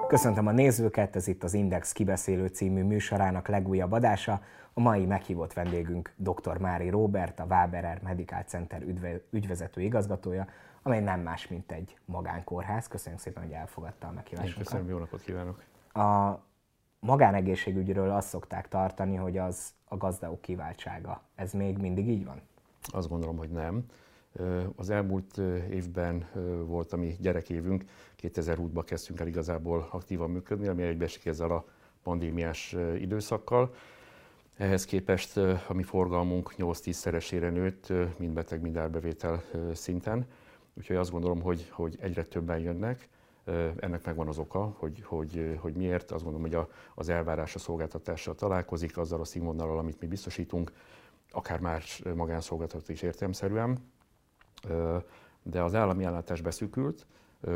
Köszöntöm a nézőket, ez itt az Index Kibeszélő című műsorának legújabb adása. A mai meghívott vendégünk dr. Mári Róbert, a Waberer Medical Center ügyvezető igazgatója, amely nem más, mint egy magánkórház. Köszönjük szépen, hogy elfogadta a meghívásunkat. Köszönöm, jó napot kívánok! A magánegészségügyről azt szokták tartani, hogy az a gazdáok kiváltsága. Ez még mindig így van? Azt gondolom, hogy nem. Az elmúlt évben volt a mi gyerekévünk, 2020-ban kezdtünk el igazából aktívan működni, ami egybeesik ezzel a pandémiás időszakkal. Ehhez képest a mi forgalmunk 8-10-szeresére nőtt, mind beteg, mind árbevétel szinten. Úgyhogy azt gondolom, hogy egyre többen jönnek. Ennek megvan az oka, hogy miért. Azt gondolom, hogy az elvárás a szolgáltatással találkozik, azzal a színvonallal, amit mi biztosítunk, akár más magánszolgáltató is értelemszerűen. De az állami ellátás beszűkült,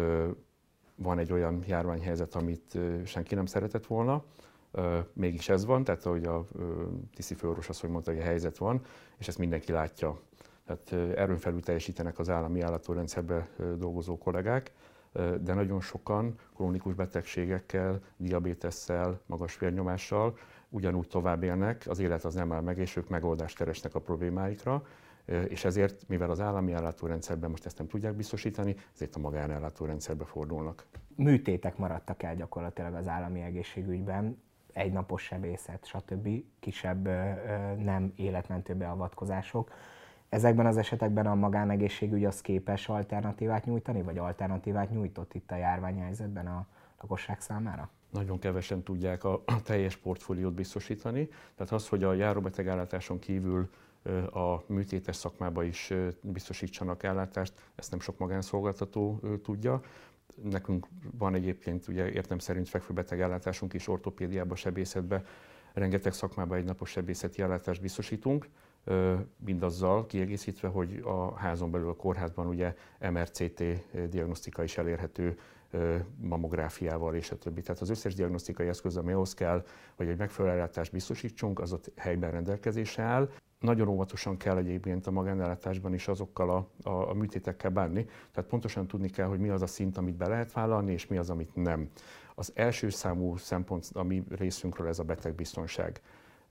van egy olyan járványhelyzet, amit senki nem szeretett volna, mégis ez van, tehát ahogy a tiszi főorvos asszony mondta, hogy a helyzet van, és ezt mindenki látja. Tehát erőn felül teljesítenek az állami ellátórendszerben dolgozó kollégák, de nagyon sokan krónikus betegségekkel, diabétesszel, magas vérnyomással ugyanúgy tovább élnek, az élet az nem áll meg, és ők megoldást keresnek a problémáikra, és ezért, mivel az állami ellátórendszerben most ezt nem tudják biztosítani, ezért a magánellátórendszerbe fordulnak. Műtétek maradtak el gyakorlatilag az állami egészségügyben, egynapos sebészet, stb. Kisebb nem életmentő beavatkozások. Ezekben az esetekben a magánegészségügy az képes alternatívát nyújtani, vagy alternatívát nyújtott itt a járványhelyzetben a lakosság számára? Nagyon kevesen tudják a teljes portfóliót biztosítani. Tehát az, hogy a járóbetegellátáson kívül a műtétes szakmába is biztosítsanak ellátást, ezt nem sok magánszolgáltató tudja. Nekünk van egyébként ugye értem szerint fekvőbetegellátásunk is, ortopédiába, sebészetbe, rengeteg szakmában egynapos sebészeti ellátást biztosítunk, mindazzal kiegészítve, hogy a házon belül a kórházban ugye MRCT diagnosztika is elérhető, mammográfiával és a többi. Tehát az összes diagnosztikai eszköz, ami ahhoz kell, hogy egy megfelelő ellátást biztosítsunk, az ott helyben rendelkezésre áll. Nagyon óvatosan kell egyébként a magánellátásban is azokkal a műtétekkel bánni, tehát pontosan tudni kell, hogy mi az a szint, amit be lehet vállalni, és mi az, amit nem. Az első számú szempont a mi részünkről ez a betegbiztonság.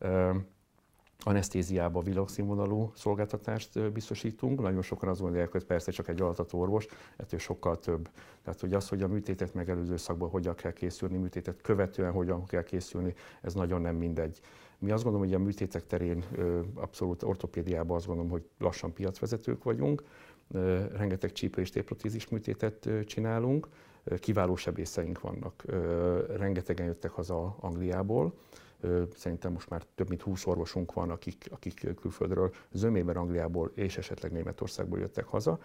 Anesztéziában világszínvonalú szolgáltatást biztosítunk. Nagyon sokan azt gondolják, hogy persze csak egy altató orvos, ettől sokkal több. Tehát hogy az, hogy a műtétet megelőző szakban hogyan kell készülni, műtétet követően hogyan kell készülni, ez nagyon nem mindegy. Mi azt gondolom, hogy a műtétek terén abszolút ortopédiában azt gondolom, hogy lassan piacvezetők vagyunk. Rengeteg csípő és térprotézis műtétet csinálunk, kiváló sebészeink vannak, rengetegen jöttek haza Angliából. Szerintem most már több mint 20 orvosunk van, akik külföldről, zömében Angliából és esetleg Németországból jöttek haza.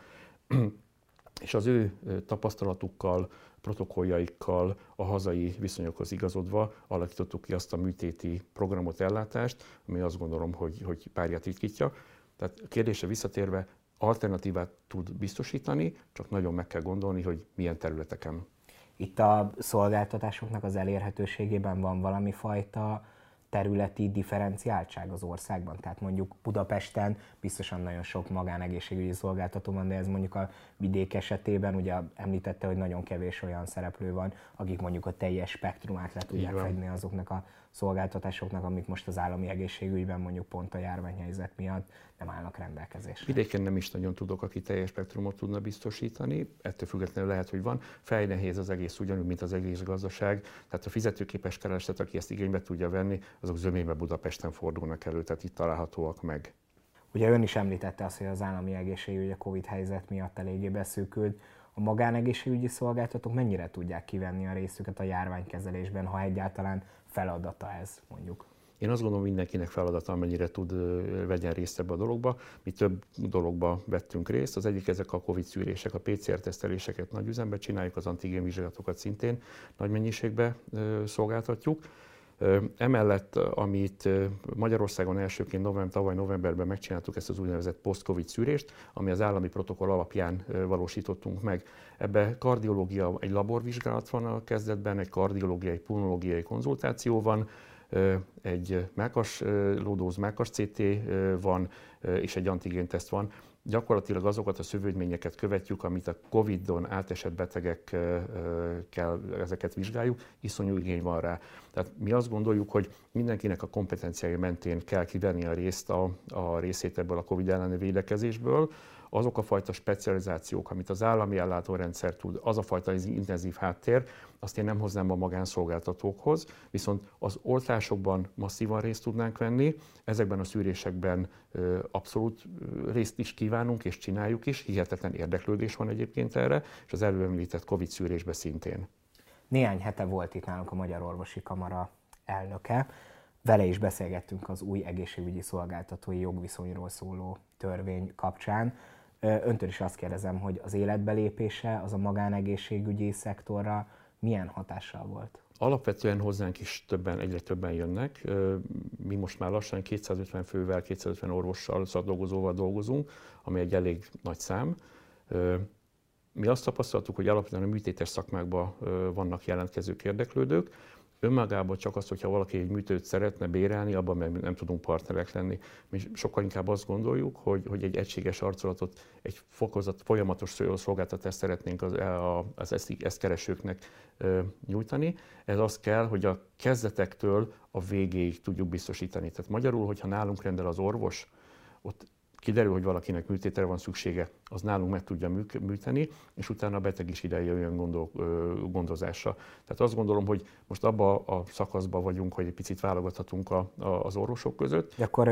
És az ő tapasztalatukkal, protokolljaikkal, a hazai viszonyokhoz igazodva alakítottuk ki azt a műtéti programot, ellátást, ami azt gondolom, hogy párját ritkítja. Tehát a kérdésre visszatérve, alternatívát tud biztosítani, csak nagyon meg kell gondolni, hogy milyen területeken. Itt a szolgáltatásoknak az elérhetőségében van valami fajta területi differenciáltság az országban? Tehát mondjuk Budapesten biztosan nagyon sok magánegészségügyi szolgáltató van, de ez mondjuk a vidék esetében, ugye említette, hogy nagyon kevés olyan szereplő van, akik mondjuk a teljes spektrumát le tudják fedni azoknak a szolgáltatásoknak, amik most az állami egészségügyben mondjuk pont a járványhelyzet miatt nem állnak rendelkezésre. Vidéken nem is nagyon tudok, aki teljes spektrumot tudna biztosítani, ettől függetlenül lehet, hogy van. Fejnehéz az egész ugyanúgy, mint az egész gazdaság, tehát a fizetőképes kereslet, aki ezt igénybe tudja venni, azok zömében Budapesten fordulnak elő, tehát itt találhatóak meg. Ugye ön is említette azt, hogy az állami egészségügy a Covid helyzet miatt eléggé beszűkült. A magánegészségügyi szolgáltatók mennyire tudják kivenni a részüket a járványkezelésben, ha egyáltalán feladata ez, mondjuk? Én azt gondolom, mindenkinek feladata, amennyire tud, vegyen részt ebbe a dologba. Mi több dologba vettünk részt. Az egyik ezek a Covid szűrések, a PCR-teszteléseket nagy üzembe csináljuk, az antigénvizsgálatokat szintén nagy mennyiségbe szolgáltatjuk. Emellett, amit Magyarországon elsőként tavaly novemberben megcsináltuk, ezt az úgynevezett post-covid szűrést, ami az állami protokoll alapján valósítottunk meg. Ebbe kardiológia, egy laborvizsgálat van a kezdetben, egy kardiológiai, pulmonológiai konzultáció van, egy low-dose mákas CT van, és egy antigénteszt van. Gyakorlatilag azokat a szövődményeket követjük, amit a Covid-on átesett betegekkel ezeket vizsgáljuk, iszonyú igény van rá. Tehát mi azt gondoljuk, hogy mindenkinek a kompetenciája mentén kell kivenni a részét ebből a Covid elleni védekezésből. Azok a fajta specializációk, amit az állami ellátórendszer tud, az a fajta intenzív háttér, azt én nem hoznám a magánszolgáltatókhoz, viszont az oltásokban masszívan részt tudnánk venni, ezekben a szűrésekben abszolút részt is kívánunk és csináljuk is, hihetetlen érdeklődés van egyébként erre, és az előbb említett Covid szűrésben szintén. Néhány hete volt itt nálunk a Magyar Orvosi Kamara elnöke, vele is beszélgettünk az új egészségügyi szolgáltatói jogviszonyról szóló törvény kapcsán. Öntől is azt kérdezem, hogy az életbelépése az a magánegészségügyi szektorra milyen hatással volt? Alapvetően hozzánk is egyre többen jönnek. Mi most már lassan 250 fővel, 250 orvossal, szakdolgozóval dolgozunk, ami egy elég nagy szám. Mi azt tapasztaltuk, hogy alapvetően a műtétes szakmákban vannak jelentkezők, érdeklődők. Önmagában csak az, hogyha valaki egy műtőt szeretne bérelni, abban meg nem tudunk partnerek lenni. Mi sokkal inkább azt gondoljuk, hogy egy egységes arculatot, egy folyamatos szolgáltatást szeretnénk az ezt keresőknek nyújtani. Ez az kell, hogy a kezdetektől a végéig tudjuk biztosítani. Tehát magyarul, hogyha nálunk rendel az orvos, ott kiderül, hogy valakinek műtétre van szüksége, az nálunk meg tudja műteni, és utána a beteg is ide jön gondozásra. Tehát azt gondolom, hogy most abban a szakaszban vagyunk, hogy egy picit válogathatunk az orvosok között. Akkor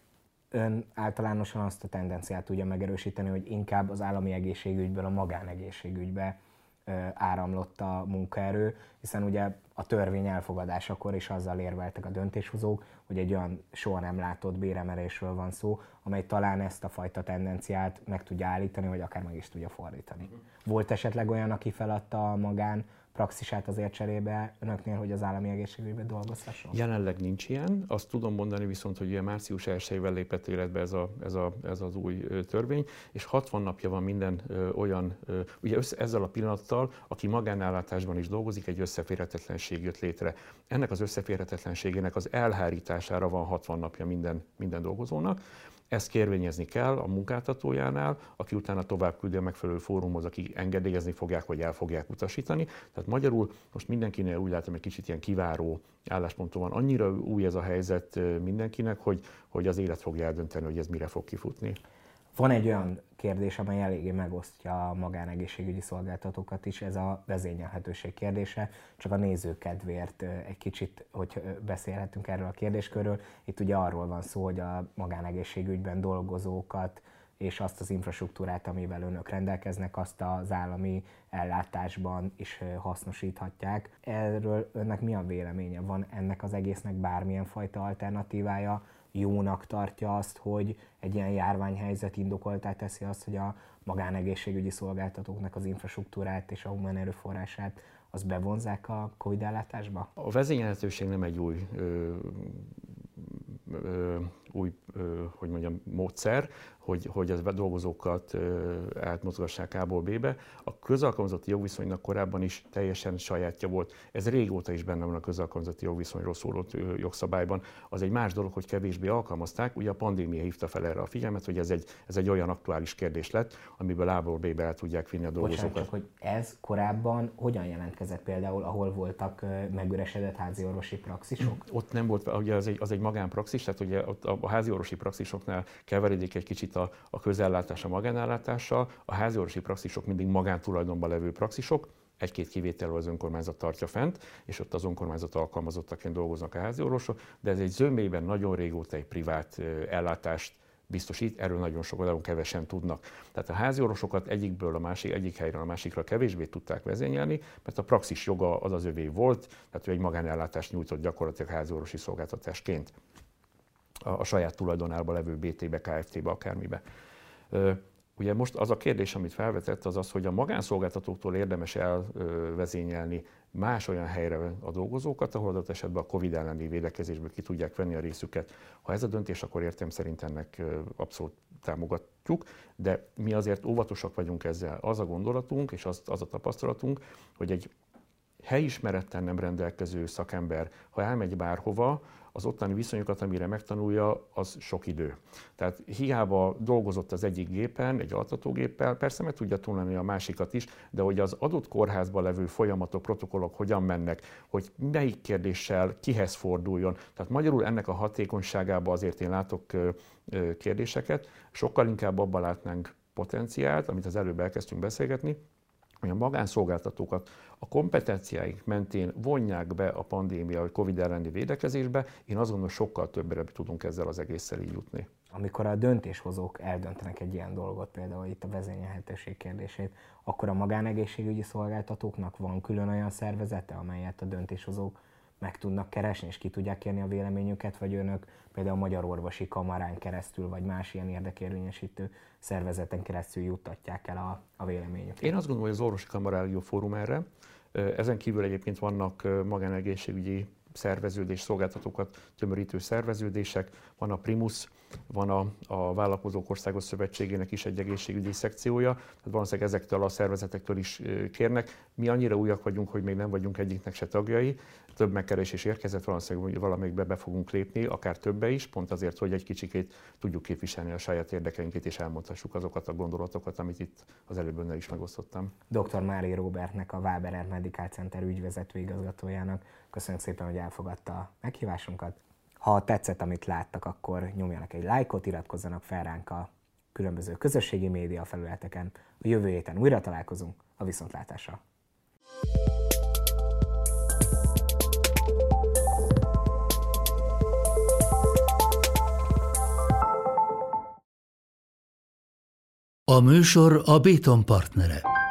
ön általánosan azt a tendenciát tudja megerősíteni, hogy inkább az állami egészségügyből a magánegészségügybe áramlott a munkaerő, hiszen ugye a törvény elfogadásakor is azzal érveltek a döntéshozók, hogy egy olyan soha nem látott béremelésről van szó, amely talán ezt a fajta tendenciát meg tudja állítani, vagy akár meg is tudja fordítani. Volt esetleg olyan, aki feladta a magán praxisát azért cserébe önöknél, hogy az állami egészségügyben dolgozhasson? Jelenleg nincs ilyen. Azt tudom mondani viszont, hogy ugye március 1-ével lépett életbe ez az új törvény, és 60 napja van minden olyan, ugye ezzel a pillanattal, aki magánellátásban is dolgozik, egy összeférhetetlenség jött létre. Ennek az összeférhetetlenségének az elhárítására van 60 napja minden dolgozónak. Ezt kérvényezni kell a munkáltatójánál, aki utána tovább küldi a megfelelő fórumhoz, akik engedélyezni fogják, vagy el fogják utasítani. Tehát magyarul most mindenkinél úgy látom, egy kicsit ilyen kiváró állásponton van. Annyira új ez a helyzet mindenkinek, hogy az élet fogja eldönteni, hogy ez mire fog kifutni. Van egy olyan kérdés, amely eléggé megosztja a magánegészségügyi szolgáltatókat is, ez a vezényelhetőség kérdése. Csak a néző kedvéért egy kicsit, hogy beszélhetünk erről a kérdéskörről. Itt ugye arról van szó, hogy a magánegészségügyben dolgozókat és azt az infrastruktúrát, amivel önök rendelkeznek, azt az állami ellátásban is hasznosíthatják. Erről önnek mi a véleménye? Van ennek az egésznek bármilyen fajta alternatívája? Jónak tartja azt, hogy egy ilyen járványhelyzet indokoltá teszi azt, hogy a magánegészségügyi szolgáltatóknak az infrastruktúrát és a humán erőforrását az bevonzzák a Covid ellátásba? A vezényelhetőség nem egy új módszer, hogy a dolgozókat átmozgassák A-ból B-be. A közalkalmazotti jogviszonynak korábban is teljesen sajátja volt. Ez régóta is benne van a közalkalmazotti jogviszonyról szóló jogszabályban. Az egy más dolog, hogy kevésbé alkalmazták. Ugye a pandémia hívta fel erre a figyelmet, hogy ez egy olyan aktuális kérdés lett, amiből A-ból B-be el tudják vinni a dolgozókat. Bocsánat, csak hogy ez korábban hogyan jelentkezett például, ahol voltak megüresedett háziorvosi praxisok? Ott nem volt, ugye az egy magánpraxis, tehát ugye a háziorvosi praxisoknál keveredik egy kicsit a közellátás a magánellátással. A háziorvosi praxisok mindig magántulajdonban levő praxisok, egy-két kivételről az önkormányzat tartja fent, és ott az önkormányzat alkalmazottaként dolgoznak a háziorvosok, de ez egy zömében nagyon régóta egy privát ellátást biztosít, erről nagyon kevesen tudnak. Tehát a háziorvosokat egyik helyről a másikra kevésbé tudták vezényelni, mert a praxis joga az övé volt, tehát ő egy magánellátást nyújtott gyakorlatilag háziorvosi szolgáltatásként a saját tulajdonában levő BT-be, KFT-be, akármibe. Ugye most az a kérdés, amit felvetett, az az, hogy a magánszolgáltatóktól érdemes elvezényelni más olyan helyre a dolgozókat, ahol adott esetben a Covid elleni védekezésből ki tudják venni a részüket. Ha ez a döntés, akkor értem szerint ennek abszolút támogatjuk, de mi azért óvatosak vagyunk ezzel. Az a gondolatunk és az a tapasztalatunk, hogy egy helyismerettel nem rendelkező szakember, ha elmegy bárhova, az ottani viszonyokat, amire megtanulja, az sok idő. Tehát hiába dolgozott az egyik gépen, egy altatógéppel, persze meg tudja tanulni a másikat is, de hogy az adott kórházban levő folyamatok, protokollok hogyan mennek, hogy melyik kérdéssel kihez forduljon. Tehát magyarul ennek a hatékonyságába azért én látok kérdéseket, sokkal inkább abban látnánk potenciált, amit az előbb elkezdtünk beszélgetni, hogy a magánszolgáltatókat a kompetenciáink mentén vonják be a pandémia vagy Covid elleni védekezésbe, én azt gondolom, sokkal többre tudunk ezzel az egésszel így jutni. Amikor a döntéshozók eldöntenek egy ilyen dolgot, például itt a vezényelhetőség kérdését, akkor a magánegészségügyi szolgáltatóknak van külön olyan szervezete, amelyet a döntéshozók meg tudnak keresni, és ki tudják kérni a véleményüket, vagy önök például a Magyar Orvosi Kamarán keresztül, vagy más ilyen érdekérvényesítő szervezeten keresztül juttatják el a véleményüket? Én azt gondolom, hogy az Orvosi Kamara jó fórum erre. Ezen kívül egyébként vannak magánegészségügyi szerveződés, szolgáltatókat tömörítő szerveződések, van a Primus, van a Vállalkozók Országos Szövetségének is egy egészségügyi szekciója, tehát valószínűleg ezektől a szervezetektől is kérnek. Mi annyira újak vagyunk, hogy még nem vagyunk egyiknek se tagjai, több megkeresés érkezett, valószínűleg valamelyikbe be fogunk lépni, akár többe is, pont azért, hogy egy kicsikét tudjuk képviselni a saját érdekeinket, és elmondhassuk azokat a gondolatokat, amit itt az előbb önnel is megosztottam. Dr. Mári Róbertnek, a Waberer Medical Center ügyvezető igazgatójának köszönjük szépen, hogy elfogadta a meghívásunkat. Ha tetszett, amit láttak, akkor nyomjanak egy lájkot, iratkozzanak fel ránk a különböző közösségi média felületeken. A jövő héten újra találkozunk, a viszontlátásra! A műsor a Béton partnere.